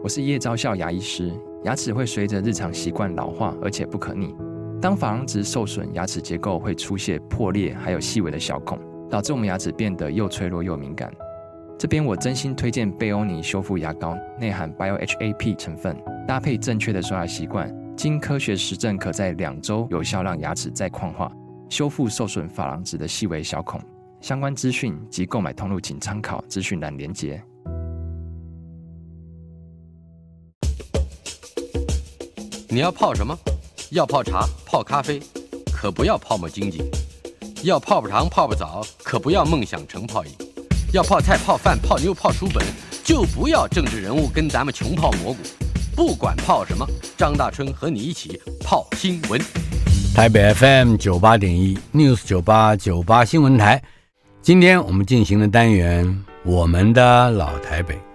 我是叶昭孝牙医师。牙齿会随着日常习惯老化，而且不可逆。当珐琅质受损，牙齿结构会出现破裂，还有细微的小孔，导致我们牙齿变得又脆弱又敏感。这边我真心推荐贝欧尼修复牙膏，内含 BioHAP 成分，搭配正确的刷牙习惯，经科学实证可在2周有效让牙齿再矿化，修复受损珐琅质的细微小孔。相关资讯及购买通路请参考资讯栏连结。 你要泡什么？要泡茶、泡咖啡，可不要泡沫经济；要泡泡糖、泡泡澡，可不要梦想成泡影；要泡菜、泡饭、泡妞、泡书本，就不要政治人物跟咱们穷泡蘑菇。不管泡什么，张大春和你一起泡新闻。 台北 FM 98.1 News 98新闻台，今天我们进行的单元，我们的老台北。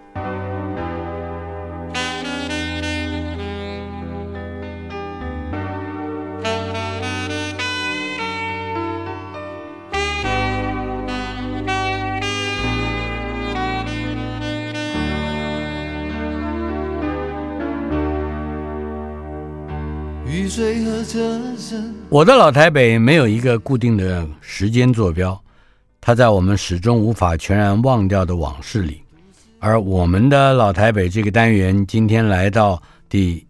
我的老台北没有一个固定的时间坐标，它在我们始终无法全然忘掉的往事里。而我们的老台北这个单元今天来到第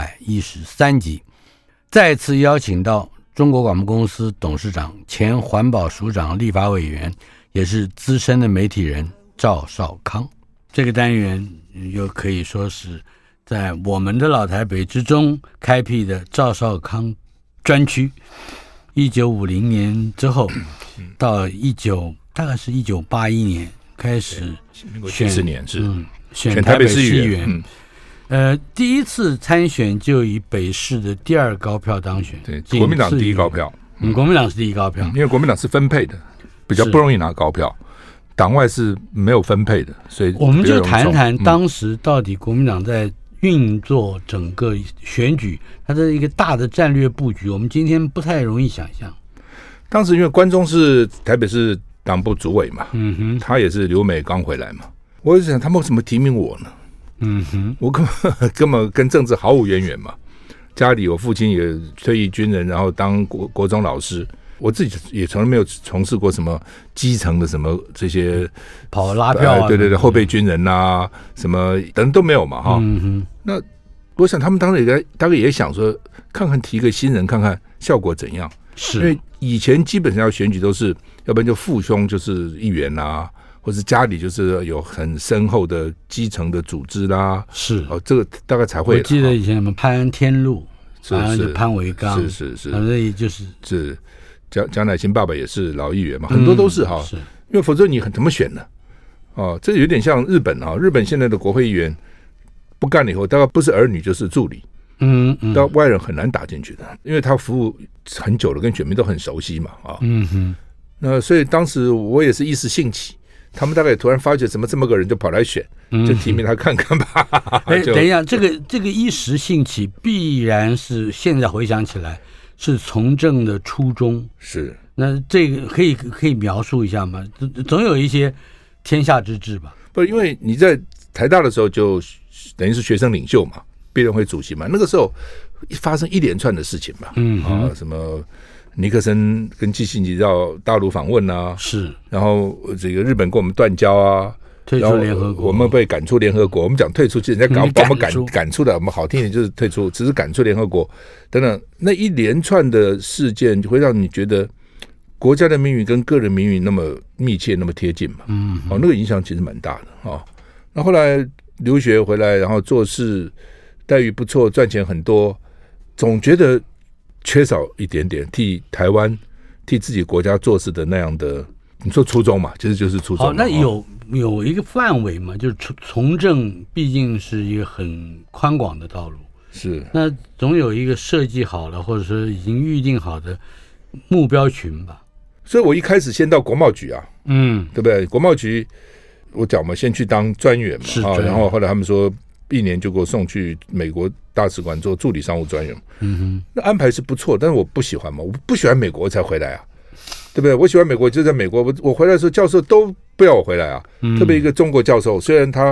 113集，再次邀请到中国广播公司董事长、前环保署长、立法委员，也是资深的媒体人赵少康。这个单元又可以说是在我们的老台北之中开辟的赵少康专区。1950年之后到大概是1981年开始选 70年是选台北市议员。第一次参选就以北市的第2高票当选。 对，国民党第1高票。 国民党是第1高票， 因为国民党是分配的，比较不容易拿高票。党外是没有分配的，所以我们就谈谈当时到底国民党在运作整个选举，它的一个大的战略布局，我们今天不太容易想象。 当时因为关中是台北市党部主委嘛，他也是留美刚回来嘛，我就想他们为什么提名我呢？我根本跟政治毫无渊源嘛。家里我父亲也退役军人，然后当国中老师，我自己也从来没有从事过什么基层的什么这些跑拉票对，后备军人啊，什么等都没有嘛哈。那我想他们当时大概也想说，看看提一个新人，看看效果怎样。 是因为以前基本上要选举都是，要不然就父兄就是议员啊，或是家里就是有很深厚的基层的组织啦。 是这个大概才会。 我记得以前什么潘安天禄，然后就潘维刚， 是， 反正也就是蒋乃馨爸爸也是老议员嘛，很多都是哈。因为否则你怎么选呢？这有点像日本啊，日本现在的国会议员不干了以后，大概不是儿女就是助理。到外人很难打进去的，因为他服务很久了，跟选民都很熟悉嘛那所以当时我也是一时兴起，他们大概也突然发觉怎么这么个人就跑来选，就提名他看看吧。 等一下，这个一时兴起必然是现在回想起来是从政的初衷。 是， 那这个可以描述一下吗？总有一些天下之志吧？ 不，因为你在台大的时候就等于是学生领袖嘛，辩论会主席嘛，那个时候发生一连串的事情嘛，什么尼克森跟基辛格到大陆访问啊， 是， 然后这个日本跟我们断交啊， 退出联合国， 我们被赶出联合国。我们讲退出，人家把我们赶出的，我们好听一点就是退出，只是赶出联合国等等，那一连串的事件会让你觉得国家的命运跟个人命运那么密切，那么贴近嘛，那个影响其实蛮大的那后来留学回来，然后做事待遇不错，赚钱很多，总觉得缺少一点点替台湾、替自己国家做事的那样的，你说初衷嘛，其实就是初衷。 好，那有一个范围嘛，就是从政毕竟是一个很宽广的道路， 是， 那总有一个设计好了，或者说已经预定好的目标群吧。 所以我一开始先到国贸局啊，对不对？国贸局我讲嘛，先去当专员嘛，然后后来他们说1年就给我送去美国大使馆做助理商务专员。那安排是不错，但是我不喜欢嘛，我不喜欢美国才回来啊，对不对？我喜欢美国就在美国，我回来的时候教授都不要我回来啊，特别一个中国教授，虽然他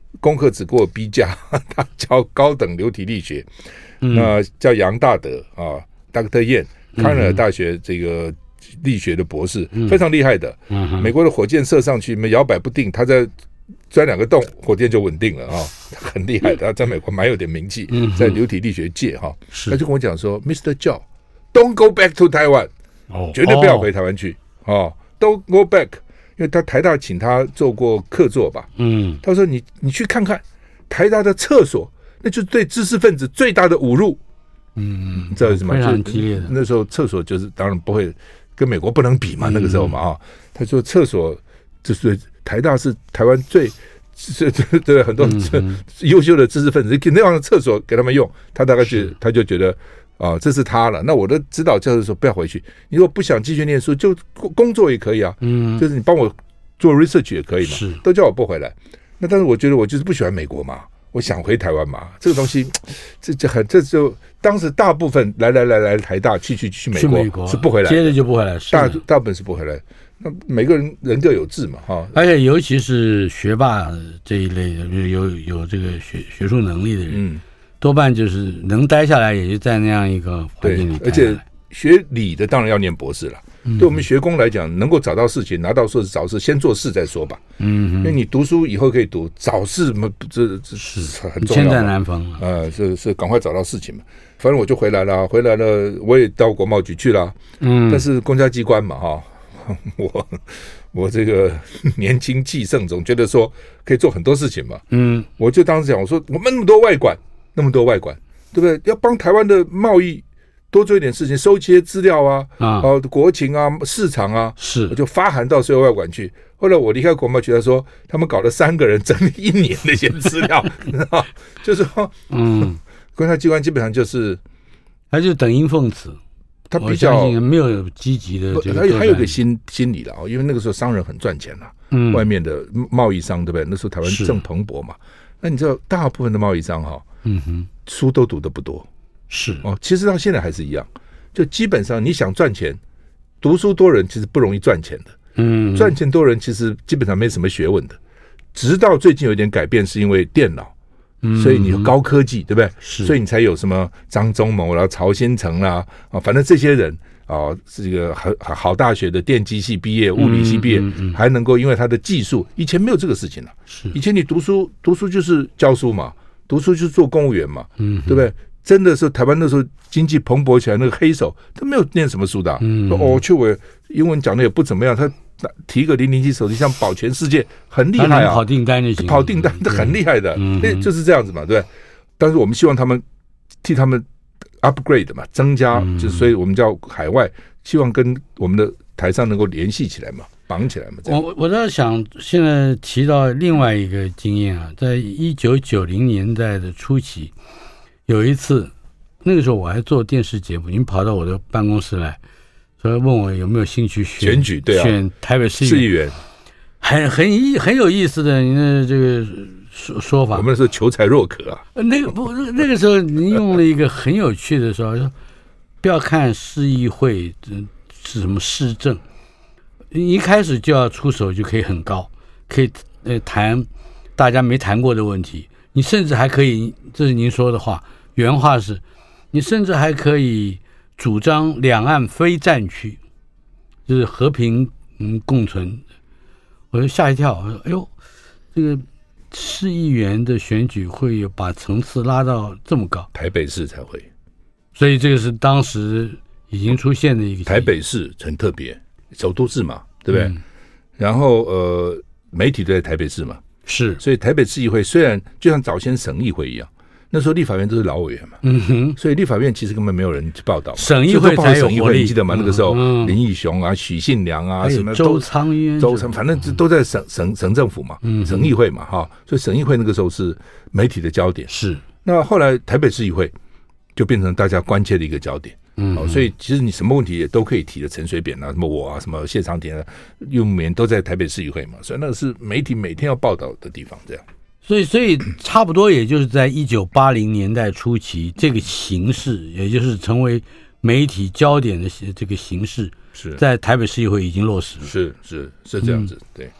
功课只给我 B 加，他教高等流体力学，那叫杨大德啊 ，Dr. Yan， 康奈尔大学这个力学的博士，非常厉害的。美国的火箭射上去，摇摆不定，他在钻2个洞，火箭就稳定了啊，很厉害的。他在美国蛮有点名气，在流体力学界哈。他就跟我讲说 ，Mr. Zhao，don't go back to Taiwan， 绝对不要回台湾去哦 ，don't go back。因为他台大请他做过客座吧，他说你去看看台大的厕所，那就是对知识分子最大的侮辱，你知道什么？ 非常激烈的。 那时候厕所就是当然不会跟美国不能比嘛，那个时候嘛啊，他说厕所就是台大是台湾对很多优秀的知识分子给那样的厕所给他们用，他大概他就觉得。这是他了。那我的指导教授说不要回去，你如果不想继续念书，就工作也可以啊。就是你帮我做 research 也可以嘛。都叫我不回来。那但是我觉得我就是不喜欢美国嘛，我想回台湾嘛。这个东西，这就当时大部分来台大去美国是不回来， 接着就不回来， 大部分是不回来。那每个人各有志嘛，哈。 而且尤其是学霸这一类的，有这个学术能力的人。多半就是能待下来，也就在那样一个环境里待下来。而且学理的当然要念博士了。对我们学工来讲，能够找到事情，拿到硕士找事，先做事再说吧。因为你读书以后可以读，找事嘛，这很重要， 千载难逢。 是赶快找到事情嘛。反正我就回来了，我也到国贸局去了。但是公家机关嘛，哈，我这个年轻气盛，总觉得说可以做很多事情嘛。我就当时讲，我说我们那么多外管，对不对？要帮台湾的贸易多做一点事情，收一些资料啊，国情啊，市场啊，我就发函到所有外管去。后来我离开国贸局，他说他们搞了3个人整理1年那些资料，你知道，就是说，公家机关基本上就是他就等因奉旨，他比较没有积极的这个。 还有个心理了，因为那个时候商人很赚钱了，外面的贸易商对不对？那时候台湾正蓬勃嘛。那你知道大部分的贸易商哈，书都读得不多，其实到现在还是一样，就基本上你想赚钱，读书多人其实不容易赚钱的，赚钱多人其实基本上没什么学问的，直到最近有一点改变，是因为电脑，所以你有高科技，对不对？所以你才有什么张忠谋啦、曹新成啦，反正这些人。这个好大学的电机系毕业，物理系毕业，还能够因为他的技术，以前没有这个事情了。以前你读书就是教书嘛，读书就是做公务员嘛，对不对？真的是台湾那时候经济蓬勃起来，那个黑手他没有念什么书的，我英文讲的也不怎么样，他提个007手机像保全世界很厉害啊， 跑订单就行， 跑订单很厉害的，就是这样子嘛，对不对？但是我们希望他们替他们。upgrade 嘛，增加，所以我们叫海外，希望跟我们的台上能够联系起来嘛，绑起来嘛。 我在想，现在提到另外一个经验啊，在1990年代的初期，有一次，那个时候我还做电视节目，您跑到我的办公室来，说问我有没有兴趣选举，对啊， 选台北市议员，很有意思的，您的这个。说法， 我们是求才若渴啊。 那个时候，您用了一个很有趣的说法，不要看市议会是什么市政，一开始就要出手就可以很高，可以谈大家没谈过的问题。你甚至还可以，这是您说的话，原话是，你甚至还可以主张两岸非战区，就是和平共存。我就吓一跳，我说哎呦，这个。市议员的选举会有把层次拉到这么高， 台北市才会， 所以这个是当时已经出现的一个台北市很特别，首都市嘛，对不对？然后媒体都在台北市嘛， 是， 所以台北市议会虽然就像早先省议会一样，那时候立法院都是老委员嘛，所以立法院其实根本没有人去报道， 省议会才有活力， 你记得吗？那个时候林义雄啊、许信良啊，什么周昌渊， 反正都在省政府嘛，省议会嘛，哈，所以省议会那个时候是媒体的焦点。是，那后来台北市议会就变成大家关切的一个焦点。所以其实你什么问题也都可以提的，陈水扁啊，什么我啊，什么谢长廷啊、叶牧眠都在台北市议会嘛，所以那个是媒体每天要报道的地方，这样。 所以差不多也就是在1980年代初期，这个形式，也就是成为媒体焦点的这个形式， 是在台北市议会已经落实了。 是这样子，对。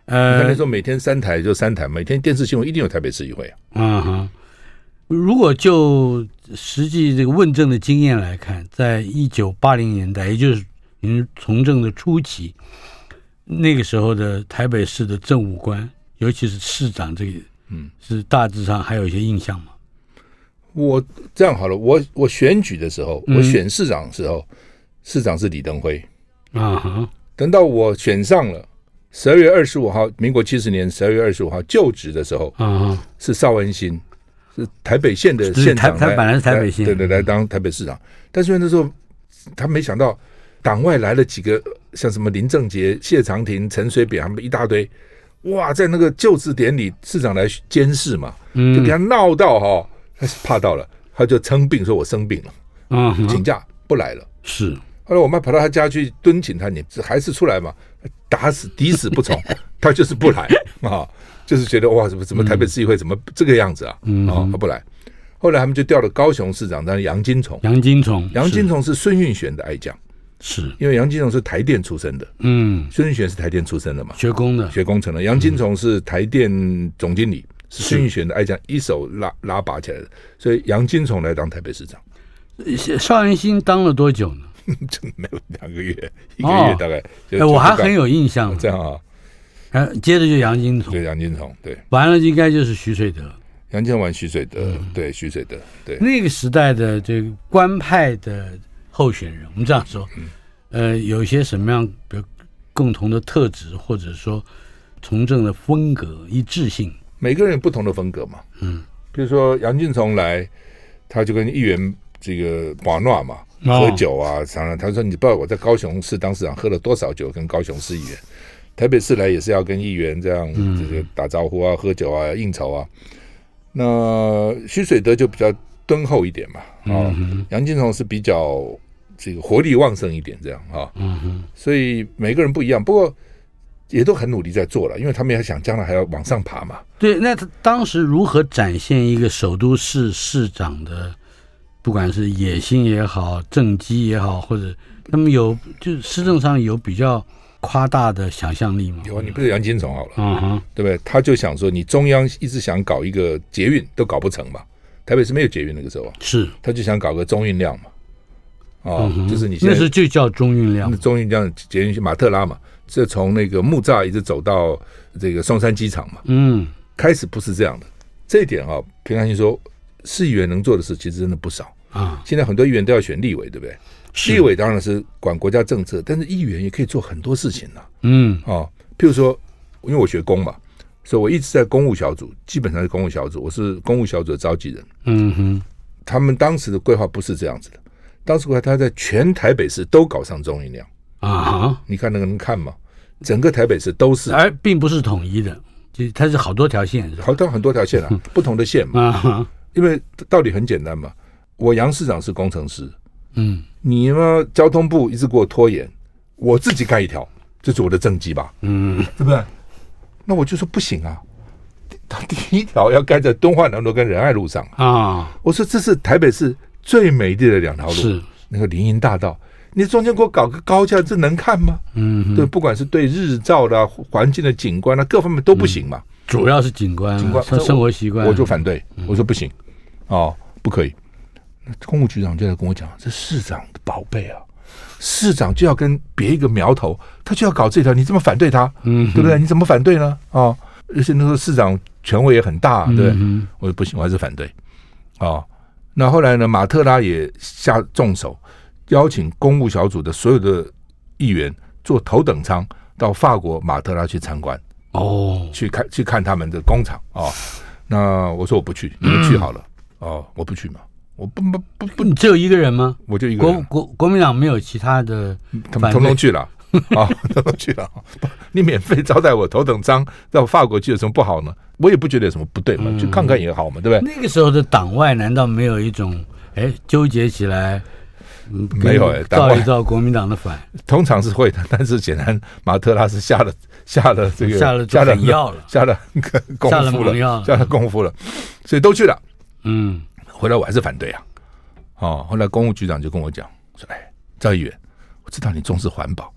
你看那时候每天3台就3台，每天电视新闻一定有台北市议会如果就实际这个问政的经验来看，在1980年代，也就是您从政的初期，那个时候的台北市的政务官，尤其是市长这个，是大致上还有一些印象吗？ 我这样好了，我选举的时候，我选市长的时候，市长是李登辉等到我选上了，12月25号，民国70年12月25号就职的时候，是邵文新，是台北县的县长， 他本来是台北县， 对，来当台北市长。但是那时候他没想到，党外来了几个，像什么林正杰、谢长廷、陈水扁他们一大堆，哇，在那个就职典礼，市长来监视嘛，就给他闹到他怕到了，他就称病说我生病了，请假不来了。 是。 后来我妈跑到他家去敦请他，你还是出来嘛？打死抵死不从，他就是不来就是觉得哇，怎么台北市议会怎么这个样子啊？他不来。后来他们就调了高雄市长当杨金虫。杨金虫是孙运璇的爱将， 是因为杨金虫是台电出身的，孙运璇是台电出身的嘛， 学工程的。 杨金虫是台电总经理，是孙运璇的爱将，一手拉拔起来的，所以杨金虫来当台北市长。 邵元新当了多久呢？ 没有2个月，1个月大概。 我还很有印象。 这样啊， 接着就杨金虫， 对，杨金虫，对， 完了应该就是徐水德。 杨金虫完徐水德，对，徐水德，对。 那个时代的这个官派的候选人，我们这样说，有一些什么样比如共同的特质，或者说从政的风格一致性？ 每个人有不同的风格嘛，比如说杨金虫来，他就跟议员这个把闹嘛。喝酒啊，常常他说你不知道我在高雄市当市长喝了多少酒，跟高雄市议员，台北市来也是要跟议员这样这个打招呼啊，喝酒啊，应酬啊。那徐水德就比较敦厚一点嘛，杨金虫是比较这个活力旺盛一点这样所以每个人不一样，不过也都很努力在做了，因为他们也想将来还要往上爬嘛。 对，那他当时如何展现一个首都市市长的？不管是野心也好，政绩也好，或者他们就施政上有比较夸大的想象力吗？ 有，你不是杨金虫好了，对不对？他就想说，你中央一直想搞一个捷运都搞不成嘛，台北是没有捷运那个时候是， 他就想搞个中运量嘛，就是你现在那时候就叫中运量， 中运量捷运去马特拉嘛，这从那个木栅一直走到这个松山机场嘛，开始不是这样的，这一点平常心说。市议员能做的事其实真的不少现在很多议员都要选立委，对不对？立委当然是管国家政策，但是议员也可以做很多事情譬如说，因为我学工嘛，所以我一直在公务小组，基本上是公务小组，我是公务小组的召集人。他们当时的规划不是这样子的，当时规划他在全台北市都搞上中运量你看那个能看吗？整个台北市都是， 而并不是统一的，它是好多条线， 很多条线不同的线嘛因为道理很简单嘛，我杨市长是工程师，你们交通部一直给我拖延，我自己盖一条，这是我的政绩吧，对不对？那我就说不行啊，第一条要盖在敦化南路跟仁爱路上我说这是台北市最美丽的2条路，是那个林荫大道，你中间给我搞个高架，这能看吗？对，不管是对日照啦、环境的景观啦，各方面都不行嘛。 主要是景观生活习惯， 我就反对，我说不行。不可以。那公务局长就来跟我讲，这市长的宝贝啊，市长就要跟别一个苗头，他就要搞这条，你怎么反对他？对不对？你怎么反对呢？而且那时候市长权威也很大，对不对？我说不行，我还是反对。那后来呢，马特拉也下重手，邀请公务小组的所有的议员坐头等舱到法国马特拉去参观。去看他们的工厂那我说我不去，你们去好了。我不去嘛，我不， 你只有一个人吗？ 我就一个人。 国民党没有其他的， 他们统统去了统统去了。你免费招待我头等舱到法国去有什么不好呢？我也不觉得有什么不对嘛，去看看也好嘛，对不对？ 那个时候的党外难道没有一种纠结起来？ 没有照一照国民党的反， 通常是会的，但是显然马特拉是下了这个下了药了， 下了功夫了，所以都去了。回来我还是反对后来公务局长就跟我讲说：“赵议员，我知道你重视环保，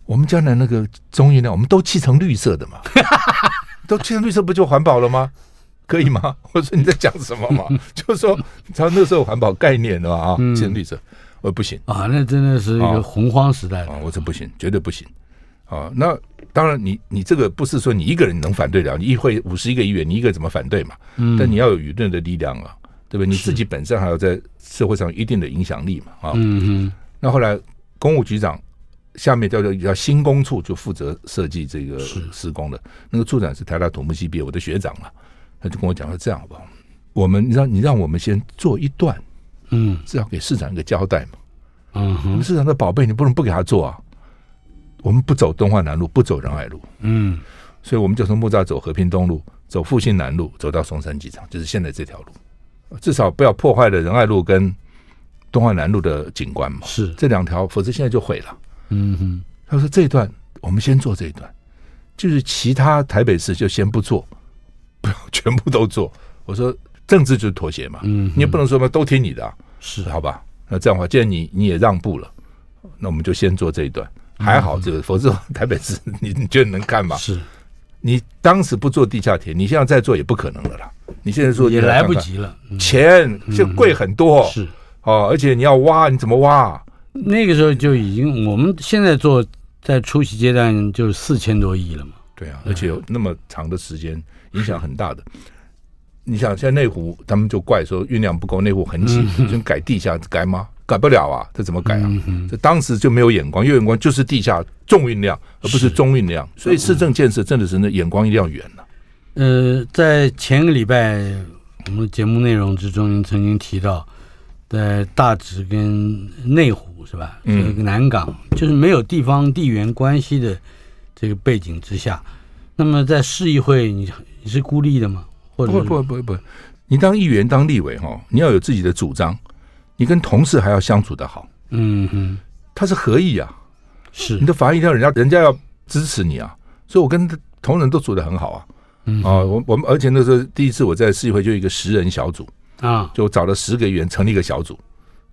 我们将来那个中运量我们都漆成绿色的嘛，都漆成绿色不就环保了吗？可以吗？我说你在讲什么嘛？就是说他那时候环保概念的嘛漆成绿色，我说不行啊，那真的是一个洪荒时代我说不行，绝对不行那当然你这个不是说你一个人能反对了，你议会51个议员，你一个怎么反对嘛？但你要有舆论的力量对不对？你自己本身还要在社会上有一定的影响力嘛那后来公务局长下面叫新工处，就负责设计这个施工的那个处长是台大土木系毕业，我的学长他就跟我讲说这样好不好？你让我们先做一段，至少给市长一个交代嘛。我们市长的宝贝，你不能不给他做啊。我们不走敦化南路，不走仁爱路，所以我们就从木栅走和平东路，走复兴南路，走到松山机场，就是现在这条路，至少不要破坏了仁爱路跟敦化南路的景观嘛。 是这两条，否则现在就毁了。他说这一段我们先做这一段，就是其他台北市就先不做，不要全部都做。我说政治就是妥协嘛，你也不能说都听你的是好吧？那这样的话，既然你也让步了，那我们就先做这一段。还好这个，否则台北市你觉得能干嘛？ 是你当时不做地下铁，你现在再做也不可能了啦。你现在说也来不及了， 钱就贵很多， 是而且你要挖，你怎么挖那个时候就已经，我们现在做在初期阶段就4000多亿了嘛。 对而且有那么长的时间，影响很大的。你想，现在内湖他们就怪说运量不够，内湖很挤，就改地下改吗？改不了啊，这怎么改这当时就没有眼光，有眼光就是地下重运量，而不是中运量。所以市政建设真的是那眼光一定要远在前个礼拜我们节目内容之中，您曾经提到，在大直跟内湖是吧？这个南港就是没有地方地缘关系的这个背景之下，那么在市议会你是孤立的吗？或者不，你当议员当立委你要有自己的主张，你跟同事还要相处得好。他是合议啊， 是你的法案一定要人家要支持你啊，所以我跟同仁都处得很好我们而且那时候第一次我在市议会就一个10人小组就找了10个议员成立一个小组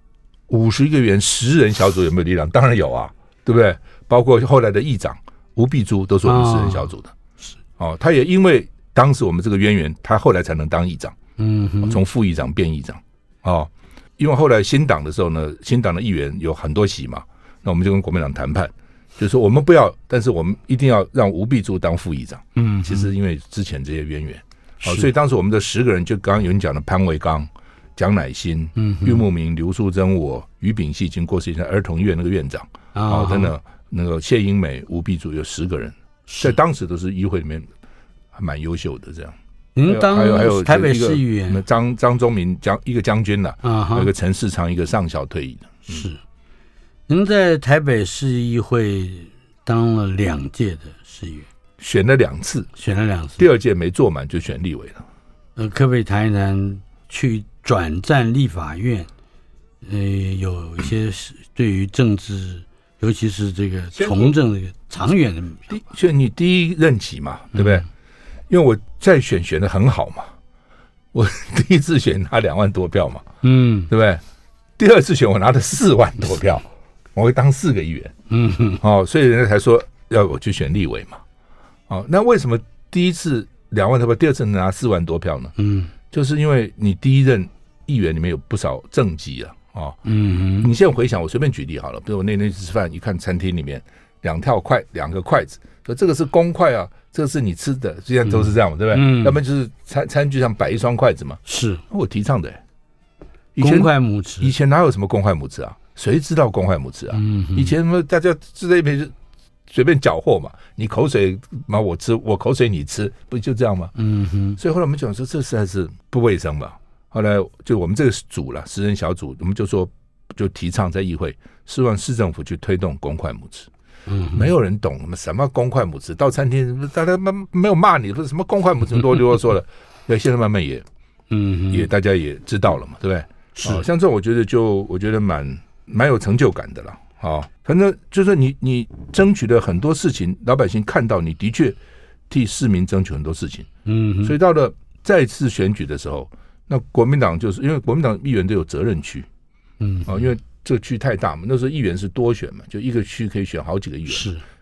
，50个议员10人小组有没有力量？当然有啊，对不对？包括后来的议长吴碧珠都是我们10人小组的，他也因为当时我们这个渊源，他后来才能当议长，从副议长变议长因为后来新党的时候呢，新党的议员有很多席嘛，那我们就跟国民党谈判，就是说我们不要，但是我们一定要让吴碧珠当副议长。其实因为之前这些渊源，所以当时我们的10个人，就刚刚有人讲的潘维刚、蒋乃馨、郁慕明、刘淑珍、我、于炳系，已经过世现在儿童院那个院长等等，那个谢英美、吴碧珠有10个人，在当时都是议会里面还蛮优秀的这样。 您当还有台北市议员， 张忠民一个将军还有一个陈世昌，一个上校退役的。 是，您在台北市议会当了2届的市议员， 选了2次，第2届没做满就选立委了。 可不可以谈一谈去转战立法院？有一些对于政治，尤其是这个从政这个长远的， 所以你第1任期嘛，对不对？因为我再选得很好嘛，我第1次选拿2万多票嘛，对不对？第2次选我拿了4万多票，我会当4个议员，所以人家才说要我去选立委嘛，那为什么第1次2万多票，第2次拿4万多票呢？就是因为你第1任议员里面有不少政绩你现在回想，我随便举例好了，比如我那天去吃饭，一看餐厅里面2个筷子，说这个是公筷啊，这个是你吃的，现在都是这样，对不对？要不然就是餐具上摆1双筷子嘛。 是我提倡的公筷母匙， 以前哪有什么公筷母匙啊？谁知道公筷母匙啊？以前大家吃在一边随便搅和嘛，你口水嘛我吃，我口水你吃，不就这样吗？所以后来我们讲说这实在是不卫生吧。后来就我们这个组了10人小组，我们就说就提倡在议会希望市政府去推动公筷母匙。没有人懂什么公筷母匙，到餐厅大家没有骂你，什么公筷母匙啰里啰嗦的，现在慢慢也大家也知道了嘛，对不对？像这种我觉得蛮有成就感的了。反正就是你争取了很多事情，老百姓看到你的确替市民争取很多事情。所以到了再次选举的时候，那国民党就是因为国民党议员都有责任区，因为这个区太大嘛，那时候议员是多选嘛，就一个区可以选好几个议员， 是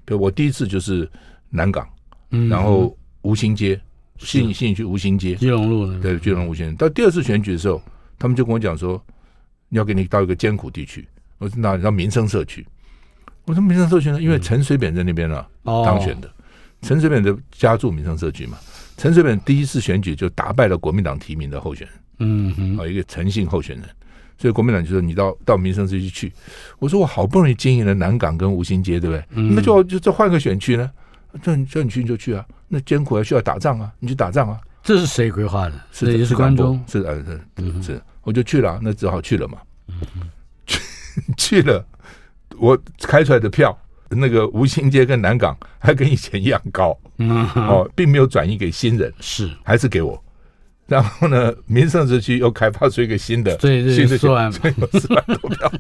比如我第一次就是南港，然后吴兴街，信义区吴兴街， 基隆路呢？ 对，基隆吴兴街。到第二次选举的时候，他们就跟我讲说，要给你到一个艰苦地区，我说那你到民生社区。我说民生社区呢，因为陈水扁在那边了当选的，陈水扁的家住民生社区嘛。陈水扁第一次选举就打败了国民党提名的候选人，一个陈姓候选人，所以国民党就说你到民生社区去。我说我好不容易经营了南港跟吴兴街，对不对？那就再换个选区呢？叫你去你就去啊，那艰苦还需要打仗啊，你去打仗啊。 这是谁规划的？ 是关中， 是我就去了，那只好去了嘛。去了，我开出来的票，那个吴兴街跟南港还跟以前一样高，并没有转移给新人， 是还是给我。然后呢，民生社区又开发出一个新的 4万， 所以有4万多票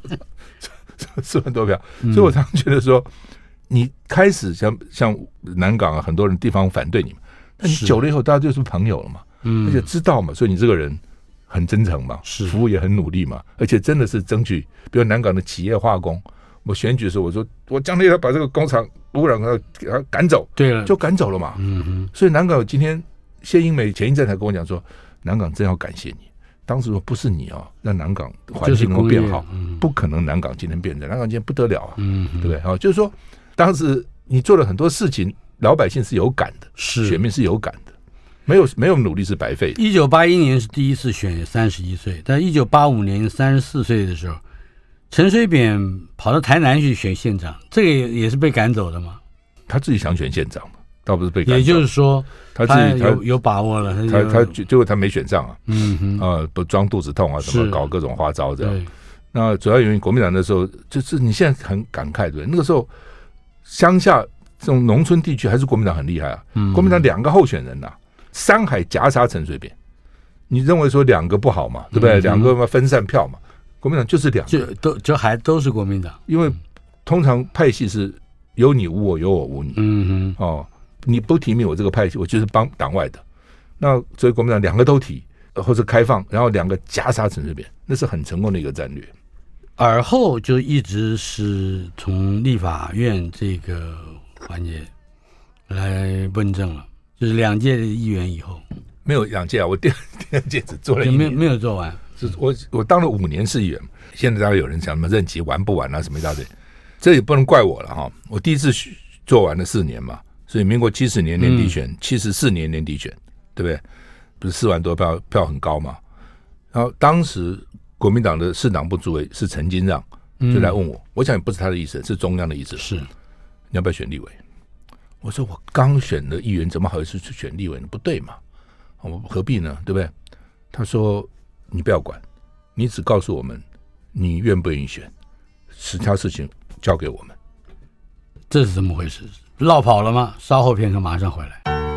，4万多票。所以我常觉得说，你开始像南港啊，很多人地方反对你，那你久了以后，大家就是朋友了嘛，而且知道嘛，所以你这个人很真诚嘛，服务也很努力嘛，而且真的是争取，比如南港的企业化工，我选举的时候我说我将来要把这个工厂污染给它赶走， 对了， 就赶走了嘛。所以南港今天谢英美前一阵才跟我讲说，南港真要感谢你，当时说不是你啊，让南港环境能够变好，不可能南港今天变成，南港今天不得了啊，对不对？就是说当时你做了很多事情，老百姓是有感的，选民是有感的。没有努力是白费的。 1981年是第一次选31岁，但1985年34岁的时候，陈水扁跑到台南去选县长，这个也是被赶走的嘛？ 他自己想选县长嘛，倒不是被赶走。 也就是说， 他自己有把握了， 他结果他没选上啊，不装肚子痛啊，什么搞各种花招这样。那主要原因，国民党那时候就是你现在很感慨对不对？那个时候乡下这种农村地区还是国民党很厉害啊，国民党2个候选人呐。山海夹杀陈水扁，你认为说2个不好嘛？对不对？2个分散票嘛？国民党就是2个， 就还都是国民党， 因为通常派系是有你无我，有我无你。你不提名我这个派系，我就是帮党外的。那所以国民党2个都提，或者开放，然后2个夹杀陈水扁，那是很成功的一个战略。 而后就一直是从立法院这个环节来问政了。就是2届的议员以后， 没有2届啊，我第二届只做了1年， 没有做完。 我当了5年市议员，现在当然有人讲什么任期完不完啊，什么一大堆，这也不能怪我了哈。我第一次做完了4年嘛，所以民国70年年底选，74年年底选，对不对？不是4万多票很高嘛？然后当时国民党的市党部主委是陈金让，就来问我，我想也不是他的意思，是中央的意思， 是你要不要选立委？我说我刚选的议员，怎么好意思去选立委呢？不对嘛，我何必呢？对不对？他说你不要管，你只告诉我们你愿不愿意选，其他事情交给我们。 这是怎么回事？落跑了吗？稍后片刻马上回来。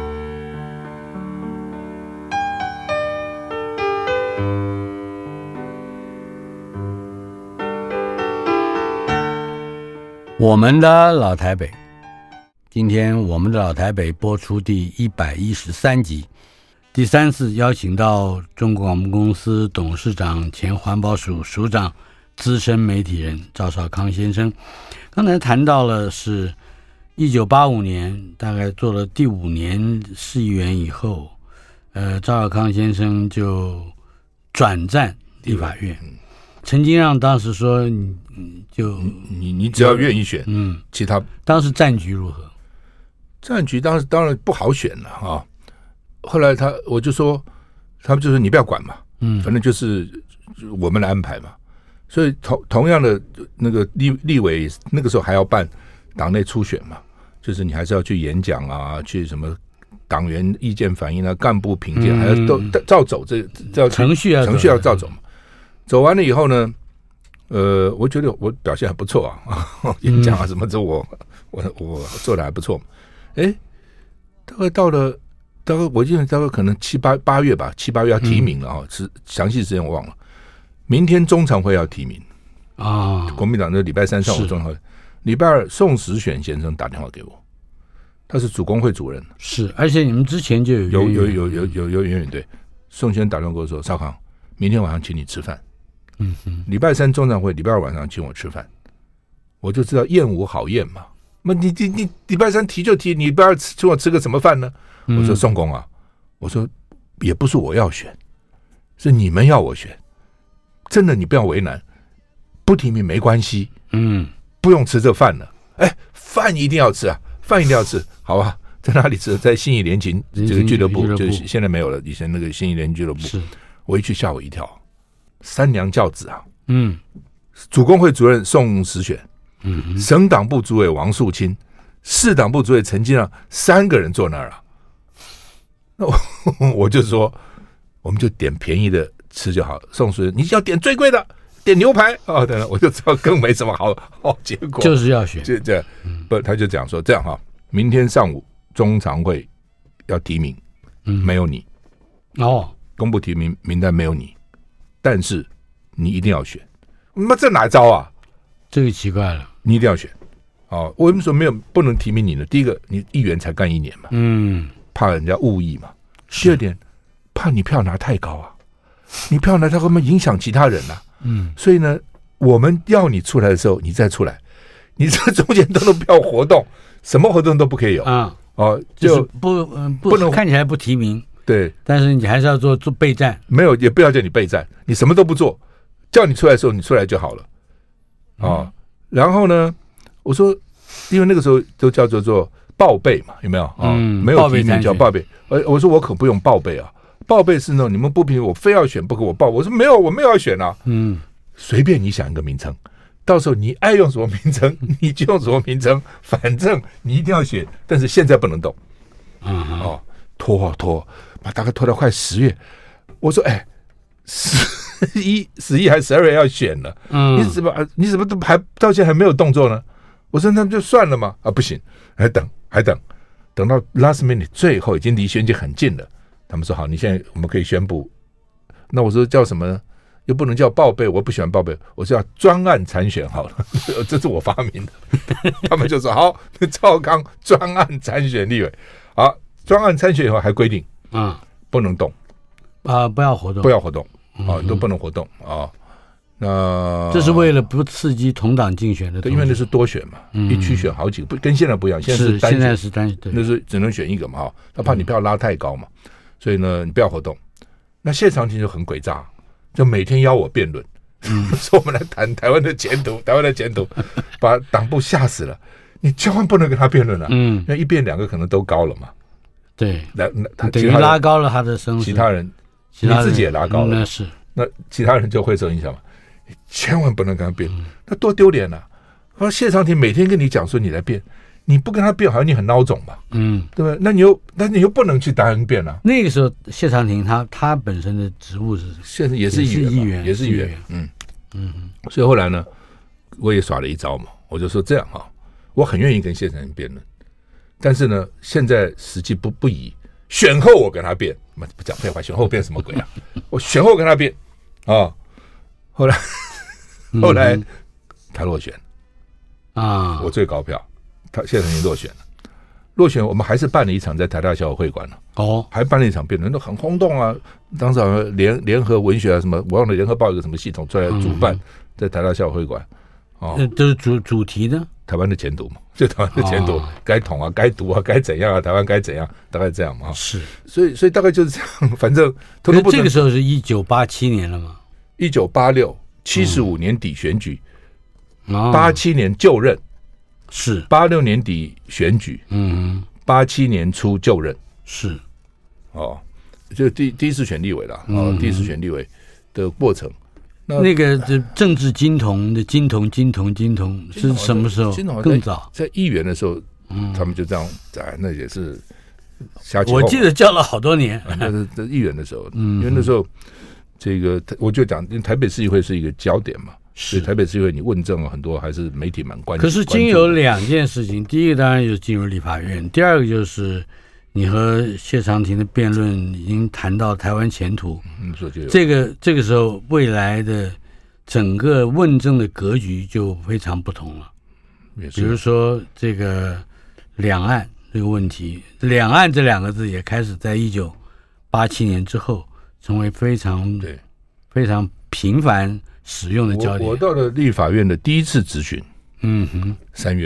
我们的老台北，今天我们的老台北播出第113集，第3次邀请到中国广播公司董事长、前环保署署长、资深媒体人赵少康先生。刚才谈到了是1985年大概做了第5年市议员以后，赵少康先生就转战立法院。陈金让当时说你只要愿意选，其他当时战局如何？ 战局当然不好选了啊。后来我就说，他们就说你不要管嘛，反正就是我们来安排嘛。所以同样的那个立委那个时候还要办党内初选嘛，就是你还是要去演讲啊，去什么党员意见反映啊，干部评鉴，还要都照走，这程序要照走嘛。走完了以后呢，我觉得我表现还不错啊，演讲啊什么的，我做的还不错。大概我记得大概可能8月吧，7、8月要提名了啊，是详细时间我忘了。明天中常会要提名啊，国民党的礼拜3上午中常会，礼拜2宋时选先生打电话给我，他是主工会主任， 是，而且你们之前就有远远对，宋先生打电话给我说，少康，明天晚上请你吃饭。礼拜3中常会，礼拜2晚上请我吃饭，我就知道宴无好宴嘛。 你礼拜3提就提，你礼拜2请我吃个什么饭呢？我说宋公啊，我说也不是我要选，是你们要我选，真的你不要为难，不提名没关系，不用吃这饭了。饭一定要吃啊，饭一定要吃，好吧？在哪里吃？在信义联勤这个俱乐部，就是现在没有了，以前那个信义联勤俱乐部。我一去吓我一跳，3娘教子啊，主工会主任宋时选，省党部主委王树清，市党部主委陈金让，3个人坐那儿啊。那我就说，我们就点便宜的吃就好。宋时选，你要点最贵的。点牛排等等，我就知道更没什么好结果， 就是要选， 就这不，他就讲说这样哈，明天上午中常会要提名，没有你公布提名名单没有你，但是你一定要选，这哪招啊？ 这个奇怪了， 你一定要选为什么说没有不能提名你呢？第一个，你议员才干1年嘛，怕人家误议嘛；第二点，怕你票拿太高啊，你票拿太高会影响其他人啊。所以呢，我们要你出来的时候，你再出来，你这中间都不要活动，什么活动都不可以有就是不能看起来不提名， 对， 但是你还是要做备战， 没有也不要叫你备战，你什么都不做，叫你出来的时候你出来就好了然后呢，我说，因为那个时候都叫做报备嘛，有没有没有提名叫报备，我说我可不用报备啊。报备是呢，你们不评我非要选不给我报，我说没有，我没有要选啊，随便你想一个名称，到时候你爱用什么名称你就用什么名称，反正你一定要选，但是现在不能动，拖，大概拖到快10月，我说11还是12月要选了，你怎么都还到现在还没有动作呢？我说那就算了嘛，不行，还等到 last minute 最后已经离选举很近了。他们说好，你现在我们可以宣布。那我说叫什么呢？又不能叫报备，我不喜欢报备，我说叫专案参选好了，这是我发明的。他们就说好，赵康专案参选立委，好，专案参选以后还规定不能动不要活动都不能活动那这是为了不刺激同党竞选的， 对，因为那是多选嘛，一区选好几个，跟现在不一样，现在是单选，那是只能选一个嘛他怕你票拉太高嘛。所以呢，你不要活动。那谢长廷就很诡诈，就每天邀我辩论，说我们来谈台湾的前途，把党部吓死了。你千万不能跟他辩论因为一辩2个可能都高了嘛。 对，等于拉高了他的声势。 其他人你自己也拉高了，那其他人就会受影响嘛。你千万不能跟他辩，那多丢脸啊！谢长廷每天跟你讲说你来辩。你不跟他辩，好像你很孬种嘛，对不对？那你又不能去答辩啊。 那个时候，谢长廷他本身的职务是现在也是议员，所以后来呢，我也耍了一招嘛，我就说这样我很愿意跟谢长廷辩论，但是呢，现在时机不宜，选后我跟他辩，不讲废话，选后辩什么鬼啊？我选后跟他辩后来他落选我最高票。他谢长廷落选，我们还是办了一场在台大校友会馆还办了一场辩论，都很轰动啊！当时好像联合文学什么，我忘了联合报一个什么系统出来主办，在台大校友会馆这是主题呢？ 台湾的前途嘛，就台湾的前途，该统该读该怎样台湾该怎样，大概这样嘛是， 所以大概就是这样，反正这个时候是1987年了嘛 ？1986 75年底选举，87年就任。 是 86年底选举，87年初就任， 是就第一次选立委了第一次选立委的过程。 那个政治金童的金童是什么时候？更早， 在议员的时候，他们就这样那也是瞎起哄。 我记得叫了好多年， 那是在议员的时候，因为那时候这个我就讲，台北市议会是一个焦点嘛。所以台北市议会你问政很多还是媒体蛮关注。 可是经有2件事情，第一个当然就是进入立法院，第二个就是你和谢长廷的辩论已经谈到台湾前途，这个时候未来的整个问政的格局就非常不同了。比如说这个两岸这个问题，两岸这2个字也开始在1987年之后成为非常频繁使用的焦点。 我到了立法院的第一次质询，3月吧，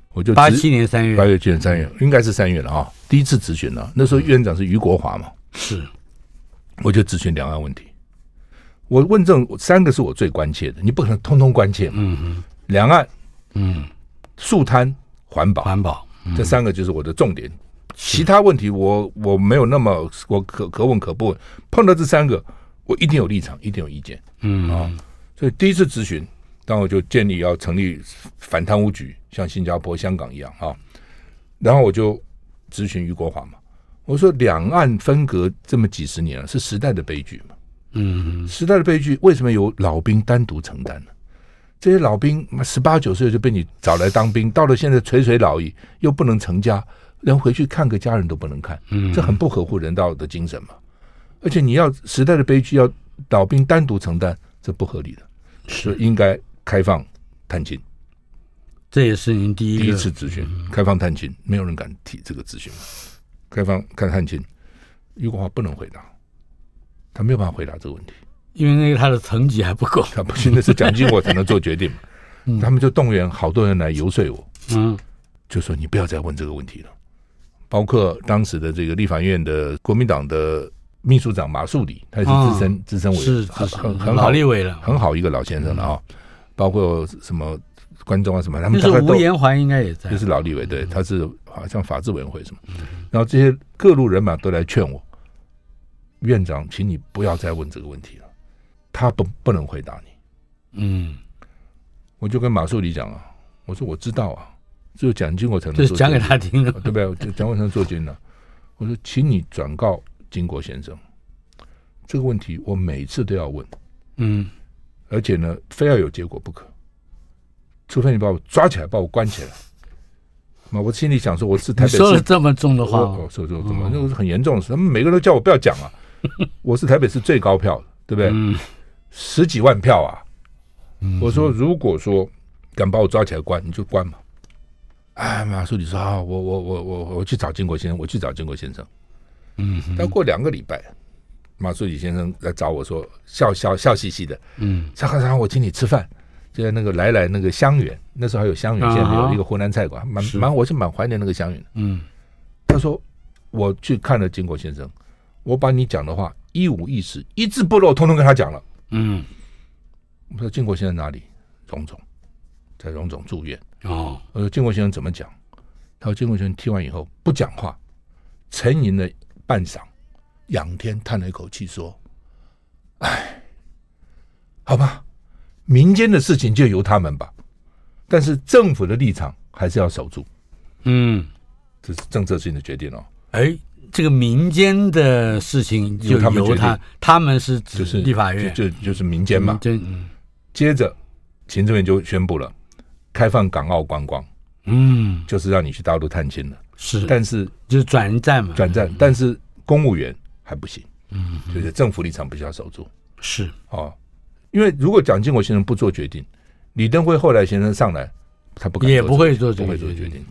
我就 87年3月 ，8月3月应该是3月了啊，第一次质询了。那时候院长是余国华嘛， 是， 我就质询两岸问题。我问政3个是我最关切的，你不可能通通关切嘛。两岸，肃贪、环保，这3个就是我的重点。其他问题我没有那么我可问可不问，碰到这3个我一定有立场，一定有意见。所以第一次质询，当然我就建议要成立反贪污局，像新加坡、香港一样啊。然后我就质询余国华嘛，我说两岸分隔这么几十年了，是时代的悲剧嘛。时代的悲剧为什么由老兵单独承担呢？这些老兵18、19岁就被你找来当兵，到了现在垂垂老矣，又不能成家，连回去看个家人都不能看，这很不合乎人道的精神嘛。而且你要时代的悲剧要老兵单独承担，这不合理的，是应该开放探亲。 这也是您第一次质询，开放探亲，没有人敢提这个质询。开放看探亲，余国华不能回答，他没有办法回答这个问题， 因为那个他的层级还不够， 他不行，那是蒋经国才能做决定嘛。他们就动员好多人来游说我，就说你不要再问这个问题了。包括当时的这个立法院的国民党的秘书长马树礼，他也是资深委员，很好立委了，很好一个老先生了啊。包括什么关中啊什么，他们就是吴延环应该也在， 就是老立委，对，他是好像法制委员会什么。然后这些各路人马都来劝我，院长，请你不要再问这个问题了，他不能回答你。我就跟马树礼讲啊，我说我知道啊，只有蒋经国才能做， 就是讲给他听的， 对不对？蒋经国才能做决定的。我说，请你转告经国先生，这个问题我每次都要问，而且呢，非要有结果不可，除非你把我抓起来，把我关起来。我心里想说，我是台北市， 你说了这么重的话， 我说这么，那个是很严重的事。他们每个人都叫我不要讲啊，我是台北市最高票的，对不对？10几万票啊！我说，如果说敢把我抓起来关，你就关嘛。哎，马书记说啊，我去找经国先生，但过2个礼拜，马书记先生来找我说，笑嘻嘻的，张科长，我请你吃饭。就在那个来那个香园，那时候还有香园，现在没有一个湖南菜馆，我是蛮怀念那个香园的。他说我去看了经国先生，我把你讲的话一五一十，一字不漏，通通跟他讲了。我说经国先生哪里？荣总，在荣总住院。我说经国先生怎么讲？他说经国先生听完以后不讲话，沉吟了半晌，仰天叹了一口气说：“哎，好吧。”民间的事情就由他们吧，但是政府的立场还是要守住。这是政策性的决定哦。 这个民间的事情就由他们是指立法院， 就是民间嘛。接着行政院就宣布了开放港澳观光，就是让你去大陆探亲了。是，但是就是转战嘛， 但是公务员还不行。就是政府立场必须要守住。 是因为如果蒋经国先生不做决定，李登辉后来先生上来，他也不会做决定。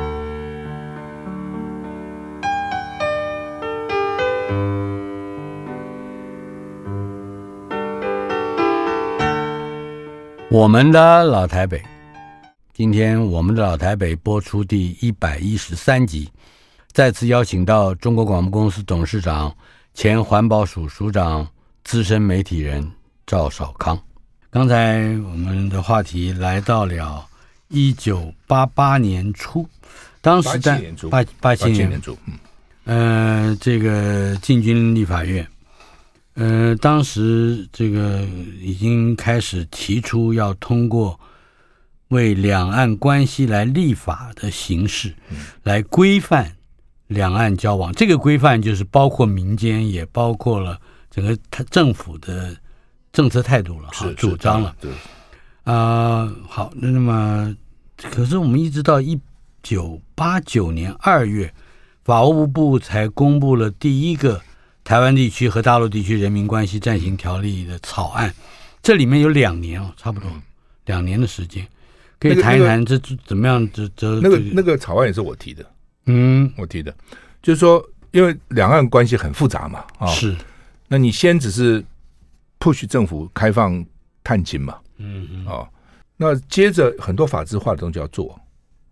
我们的老台北，今天我们的老台北播出第113集，再次邀请到中国广播公司董事长、前环保署署长、资深媒体人赵少康。刚才我们的话题来到了1988年初，当时在87年初，这个进军立法院，当时这个已经开始提出要通过为两岸关系来立法的形式，来规范两岸交往。这个规范就是包括民间，也包括了整个政府的政策态度了，主张了。好，那么可是我们一直到1989年2月，法务部才公布了第一个台湾地区和大陆地区人民关系暂行条例的草案，这里面有2年差不多2年的时间，可以谈一谈这怎么样？ 那个草案也是我提的，我提的，就是说，因为两岸关系很复杂嘛， 是， 那你先只是 push 政府开放探亲嘛，那接着很多法制化的东西要做，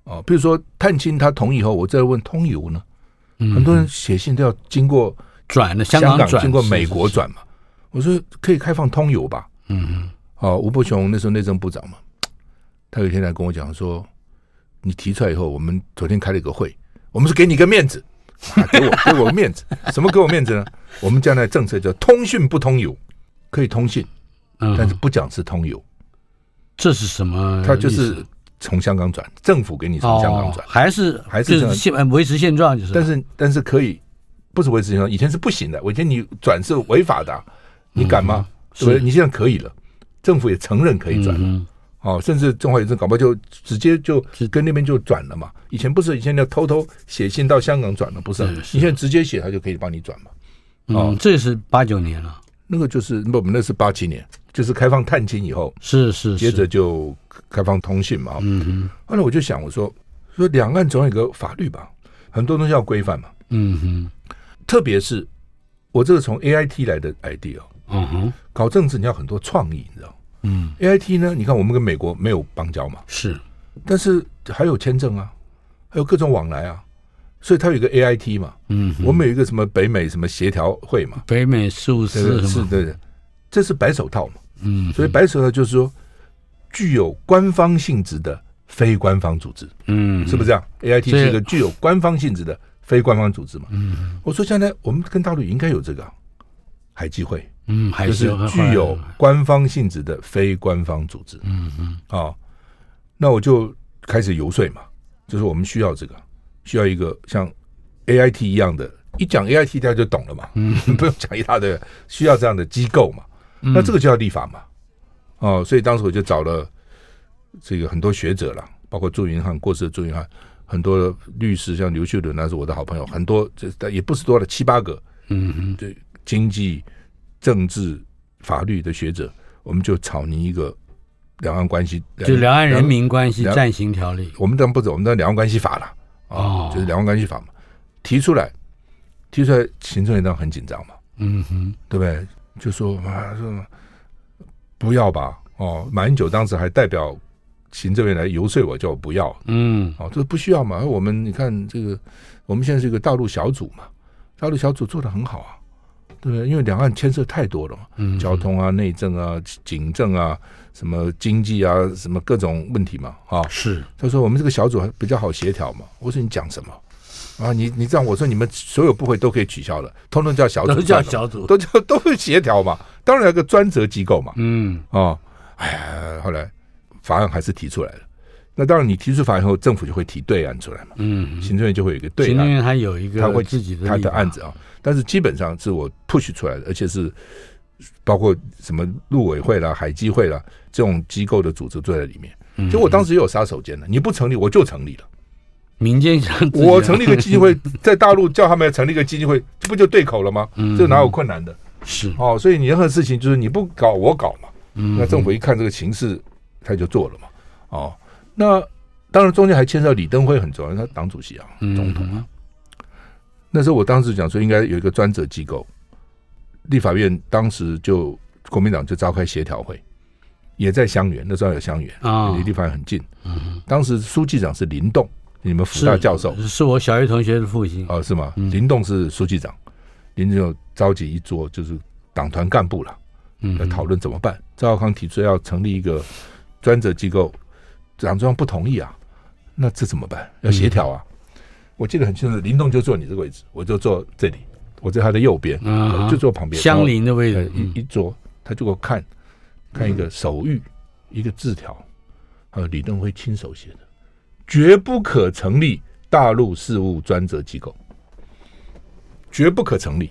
哦，比如说探亲他同意以后，我再问通邮呢，很多人写信都要经过转的香港转， 经过美国转嘛。我说可以开放通邮吧。吴伯雄那时候内政部长嘛，他有一天来跟我讲说，你提出来以后，我们昨天开了一个会，我们是给你个面子。给我面子，什么给我面子呢？我们将来政策叫通讯不通邮，可以通信，但是不讲是通邮。 这是什么？ 它就是从香港转，政府给你从香港转， 还是就是维持现状，就是。 但是可以，不是维持现状，以前是不行的，以前你转是违法的，你敢吗？对不对？你现在可以了，政府也承认可以转了。甚至中华邮政搞不好就直接就跟那边就转了嘛。以前不是，以前要偷偷写信到香港转了，不是？你现在直接写，他就可以帮你转嘛。这是89年了。 那个就是不，那是87年，就是开放探亲以后， 是， 接着就开放通信嘛。后来我就想，我说两岸总有一个法律吧，很多东西要规范嘛。特别是我这个从 AIT 来的 idea，搞政治你要很多创意，你知道。AIT 呢？你看我们跟美国没有邦交嘛， 是， 但是还有签证啊，还有各种往来啊，所以它有一个 AIT 嘛。我们有一个什么北美什么协调会嘛， 北美事务司是，对，这是白手套嘛。所以白手套就是说具有官方性质的非官方组织。是不是这样？AIT 是一个具有官方性质的非官方组织嘛。我说现在我们跟大陆应该有这个海基会。就是具有官方性质的非官方组织。那我就开始游说嘛，就是我们需要这个，需要一个像 AIT 一样的，一讲 AIT 大家就懂了嘛。不用讲一大堆，需要这样的机构嘛。那这个就要立法嘛。所以当时我就找了这个很多学者啦，包括朱云汉，过世的朱云汉，很多律师，像刘秀伦那是我的好朋友，很多也不是多了7-8个。对，经济政治法律的学者，我们就草拟一个两岸关系， 就两岸人民关系暂行条例。 我们当然不走，我们当两岸关系法了。就是两岸关系法嘛，提出来，行政院当然很紧张嘛。对不对？就说不要吧。马英九当时还代表行政院来游说我，叫我不要。这不需要嘛。我们你看这个，我们现在是一个大陆小组嘛，大陆小组做得很好啊。对不对？因为两岸牵涉太多了嘛，交通啊、内政啊、警政啊、什么经济啊、什么各种问题嘛。 是。 他说我们这个小组还比较好协调嘛。我说你讲什么你这样，我说你们所有部会都可以取消了，通通叫小组， 都叫小组， 都会协调嘛。当然有个专责机构嘛。后来法案还是提出来了。那当然，你提出法案后，政府就会提对案出来嘛。行政院就会有一个对案， 行政院它有一个他会自己的他的案子啊。但是基本上是我 push 出来的，而且是包括什么陆委会啦、海基会啦这种机构的组织都在里面。就我当时也有杀手锏的，你不成立我就成立了。 民间我成立一个基金会，在大陆叫他们成立一个基金会，这不就对口了吗？这哪有困难的？ 是所以你任何事情就是你不搞我搞嘛。那政府一看这个形势，他就做了嘛。那当然中间还牵涉到李登辉很重要，他党主席啊，总统啊。那时候我当时讲说应该有一个专责机构，立法院当时就国民党就召开协调会，也在香园，那时候有香园离立法院很近。当时书记长是林栋，你们辅大教授， 是我小学同学的父亲。 是吗？林栋是书记长，林就召集一桌就是党团干部了，来讨论怎么办。赵少康提出要成立一个专责机构，党中央不同意啊，那这怎么办？要协调啊。我记得很清楚，林栋就坐你这个位置，我就坐这里，我在他的右边，就坐旁边相邻的位置。 一桌，他就给我看一个手谕，一个字条，还有李登辉亲手写的，绝不可成立大陆事务专责机构，绝不可成立。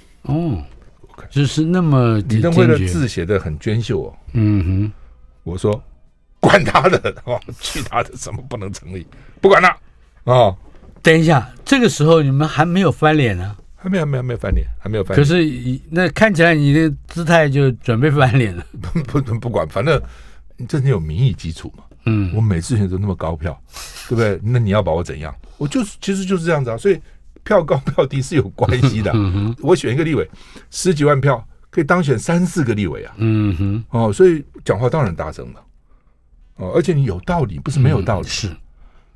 就是那么李登辉的字写得很娟秀我说管他的去他的，什么不能成立，不管了等一下，这个时候你们还没有翻脸呢？ 还没有翻脸，还没有翻脸。 可是那看起来你的姿态就准备翻脸了。 不管，反正这是有民意基础嘛。我每次选都那么高票，对不对？那你要把我怎样？我其实就是这样子啊。所以票高票低是有关系的。我选一个立委10几万票，可以当选3-4个立委啊。所以讲话当然大声了。而且你有道理，不是没有道理。 是。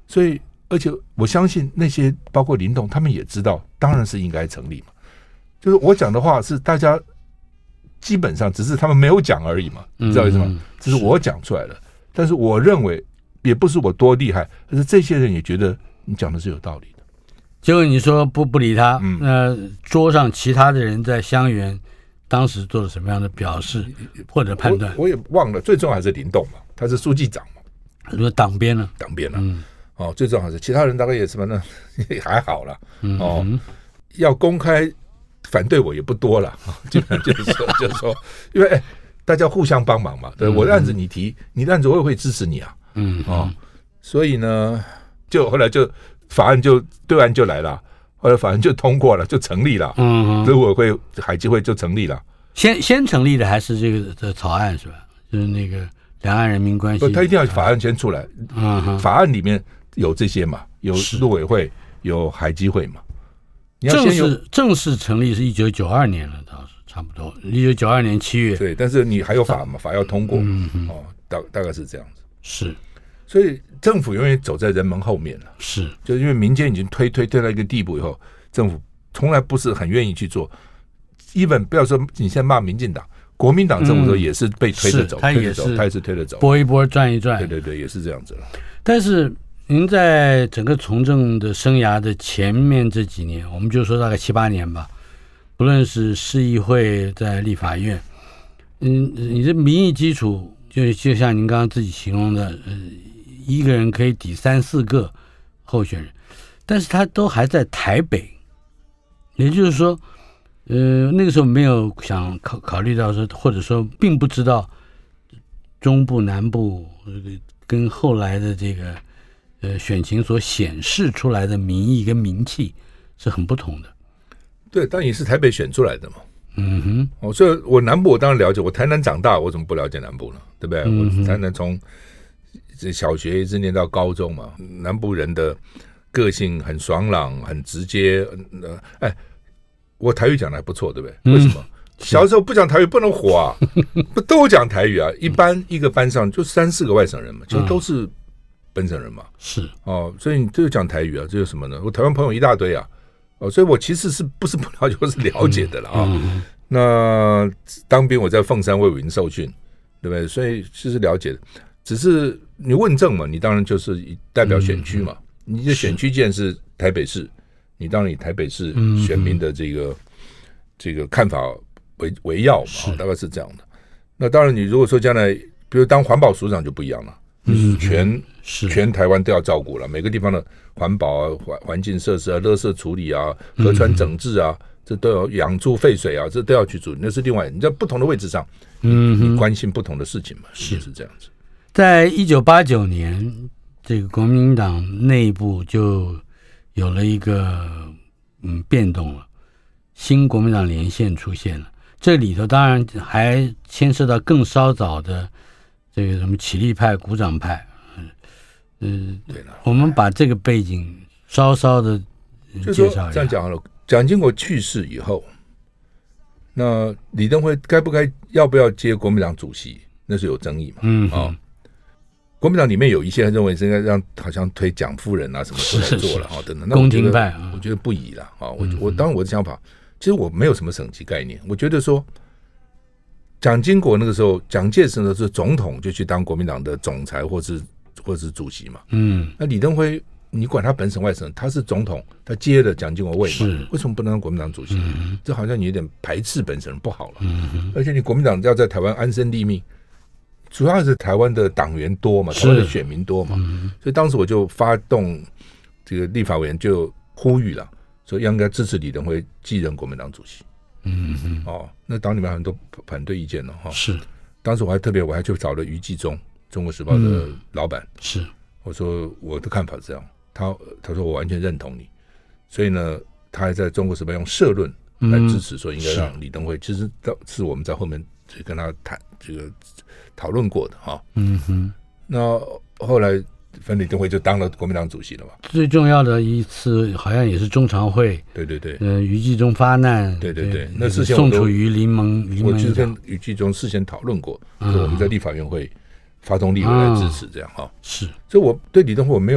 所以而且我相信那些包括林董他们也知道，当然是应该成立嘛。就是我讲的话是大家基本上只是他们没有讲而已嘛，你知道意思吗？这是我讲出来的，但是我认为也不是我多厉害，但是这些人也觉得你讲的是有道理的。 结果你说不理他，桌上其他的人在香园当时做了什么样的表示或者判断？ 我也忘了，最重要还是林董嘛，他是书记长嘛， 他说党鞭了， 最重要是其他人大概也什么呢？也还好了，要公开反对我也不多了，就是说，因为大家互相帮忙嘛，对，我的案子你提，你的案子我也会支持你啊，所以呢，就后来就法案就对案就来了，后来法案就通过了，就成立了，执委会、海基会就成立了。 先成立的还是这个草案是吧？就是那个两岸人民关系， 他一定要法案先出来，法案里面有这些嘛，有陆委会，有海基会嘛。 正式成立是1992年了，倒是差不多1992年7月。 对，但是你还有法嘛，法要通过，大概是这样子。 是， 所以政府永远走在人们后面了。 是， 就是因为民间已经推到一个地步以后，政府从来不是很愿意去做。even 不要说你现在骂民进党，国民党政府也是被推着走，他也是推着走， 拨一拨转一转。 对，也是这样子了。 但是您在整个从政的生涯的前面这几年，我们就说大概7、8年吧，不论是市议会在立法院，你的民意基础就像您刚刚自己形容的，一个人可以抵3、4个候选人，但是他都还在台北，也就是说，那个时候没有想考虑到说，或者说并不知道中部、南部跟后来的这个选情所显示出来的民意跟名气是很不同的。 对，但也是台北选出来的嘛。所以我南部我当然了解，我台南长大，我怎么不了解南部呢？对不对？我台南从小学一直念到高中嘛，南部人的个性很爽朗，很直接。我台语讲的还不错，对不对？为什么？小时候不讲台语不能活啊，不都讲台语啊？一个班上就3、4个外省人嘛，就都是本省人嘛。 是所以你就讲台语啊，这是什么呢？我台湾朋友一大堆啊。所以我其实是不是不了解，我是了解的了啊。那当兵我在凤山卫武营受训，对不对？所以是了解的。只是你问政嘛，你当然就是代表选区嘛。你的选区既然是台北市，你当然以台北市选民的这个看法为要嘛，大概是这样的。那当然，你如果说将来，比如当环保署长就不一样了。全台湾都要照顾了，每个地方的环保啊、环境设施啊、垃圾处理啊、河川整治啊，这都要养猪废水啊，这都要去处理。那是另外，你在不同的位置上，你关心不同的事情嘛，是这样子。 在1989年，这个国民党内部就有了一个变动了，新国民党连线出现了。这里头当然还牵涉到更稍早的这个什么起立派、鼓掌派。 对了， 我们把这个背景稍稍的介绍一下。 这样讲好了，蒋经国去世以后，那李登辉要不要接国民党主席，那是有争议嘛。国民党里面有一些人认为是应该让好像推蒋夫人啊什么出来做了等等。 宫廷派我觉得不宜了啊。我当然我的想法，其实我没有什么省级概念，我觉得说蒋经国那个时候，蒋介石呢是总统就去当国民党的总裁或是主席嘛。那李登辉你管他本省外省，他是总统，他接了蒋经国位嘛，为什么不能当国民党主席？这好像有点排斥本省人不好了。而且你国民党要在台湾安身立命，主要是台湾的党员多嘛，台湾的选民多嘛，所以当时我就发动这个立法委员就呼吁了，说应该支持李登辉继任国民党主席。那党里面很多反对意见了哈。是，当时我还去找了余纪忠，中国时报的老板。是，我说我的看法是这样，他说我完全认同你，所以呢，他还在中国时报用社论来支持，说应该让李登辉。其实是我们在后面跟他谈这个讨论过的哈。那后来李登辉就当了国民党主席了嘛。最重要的一次好像也是中常会。对，余纪忠发难。对，那事先宋楚瑜临门，我就是跟余纪忠事先讨论过，说我们在立法院会发动立委来支持这样哈。是，所以我对李登辉我没有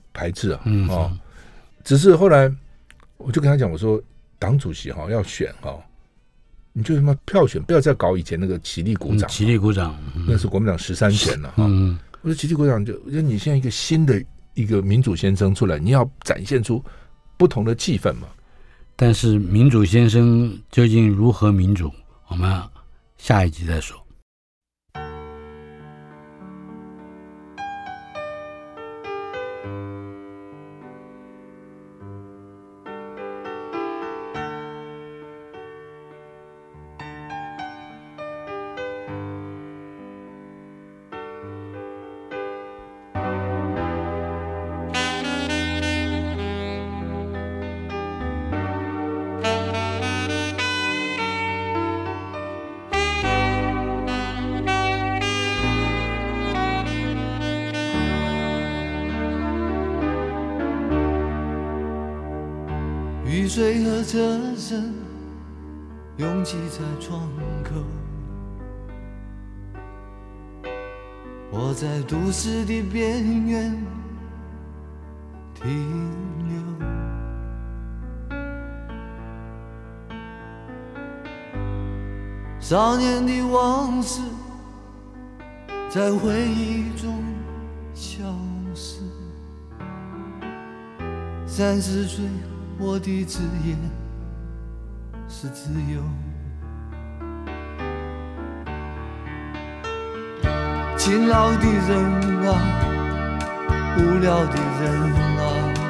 排斥啊，只是后来我就跟他讲，我说党主席要选你就他妈票选，不要再搞以前那个起立鼓掌， 起立鼓掌， 那是国民党13选了我说起立鼓掌就你现在一个新的一个民主先生出来，你要展现出不同的气氛嘛。 但是民主先生究竟如何民主，我们下一集再说。 雨水和车声拥挤在窗口，我在都市的边缘停留，少年的往事在回忆中消失，30岁我的职业是自由，勤劳的人啊，无聊的人啊，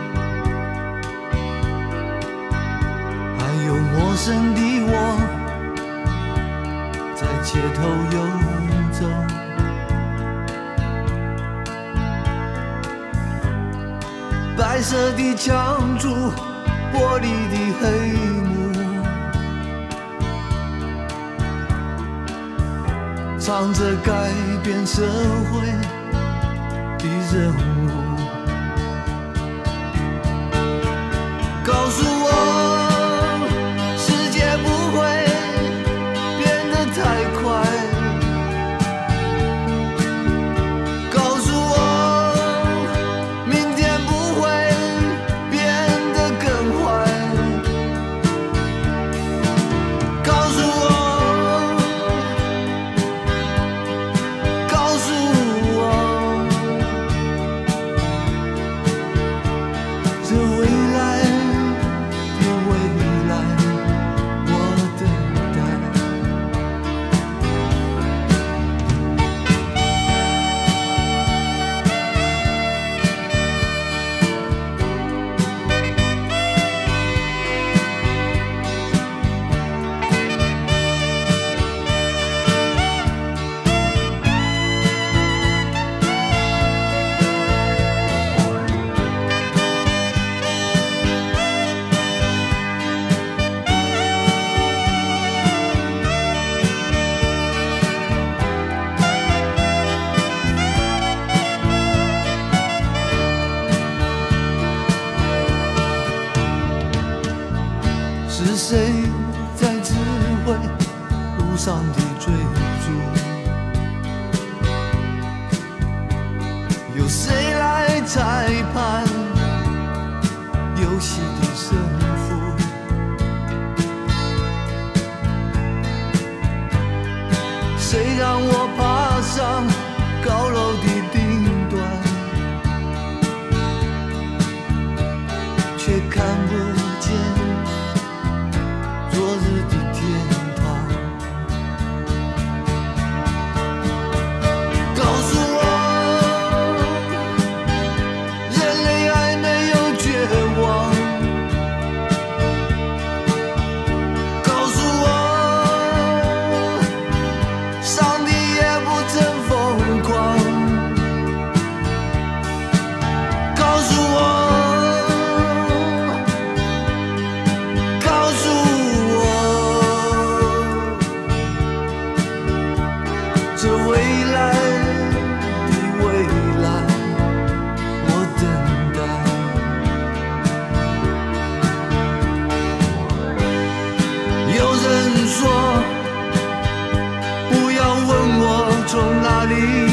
还有陌生的我在街头游走，白色的墙柱，玻璃的黑幕，唱着改变社会的任务，告诉我世界不会变得太快，告诉我明天不会变得更坏，告诉我这未来的未来我等待。是谁在指挥路上的追逐？由谁来裁判游戏的胜负？谁让我爬上高楼的顶端，却看不从哪里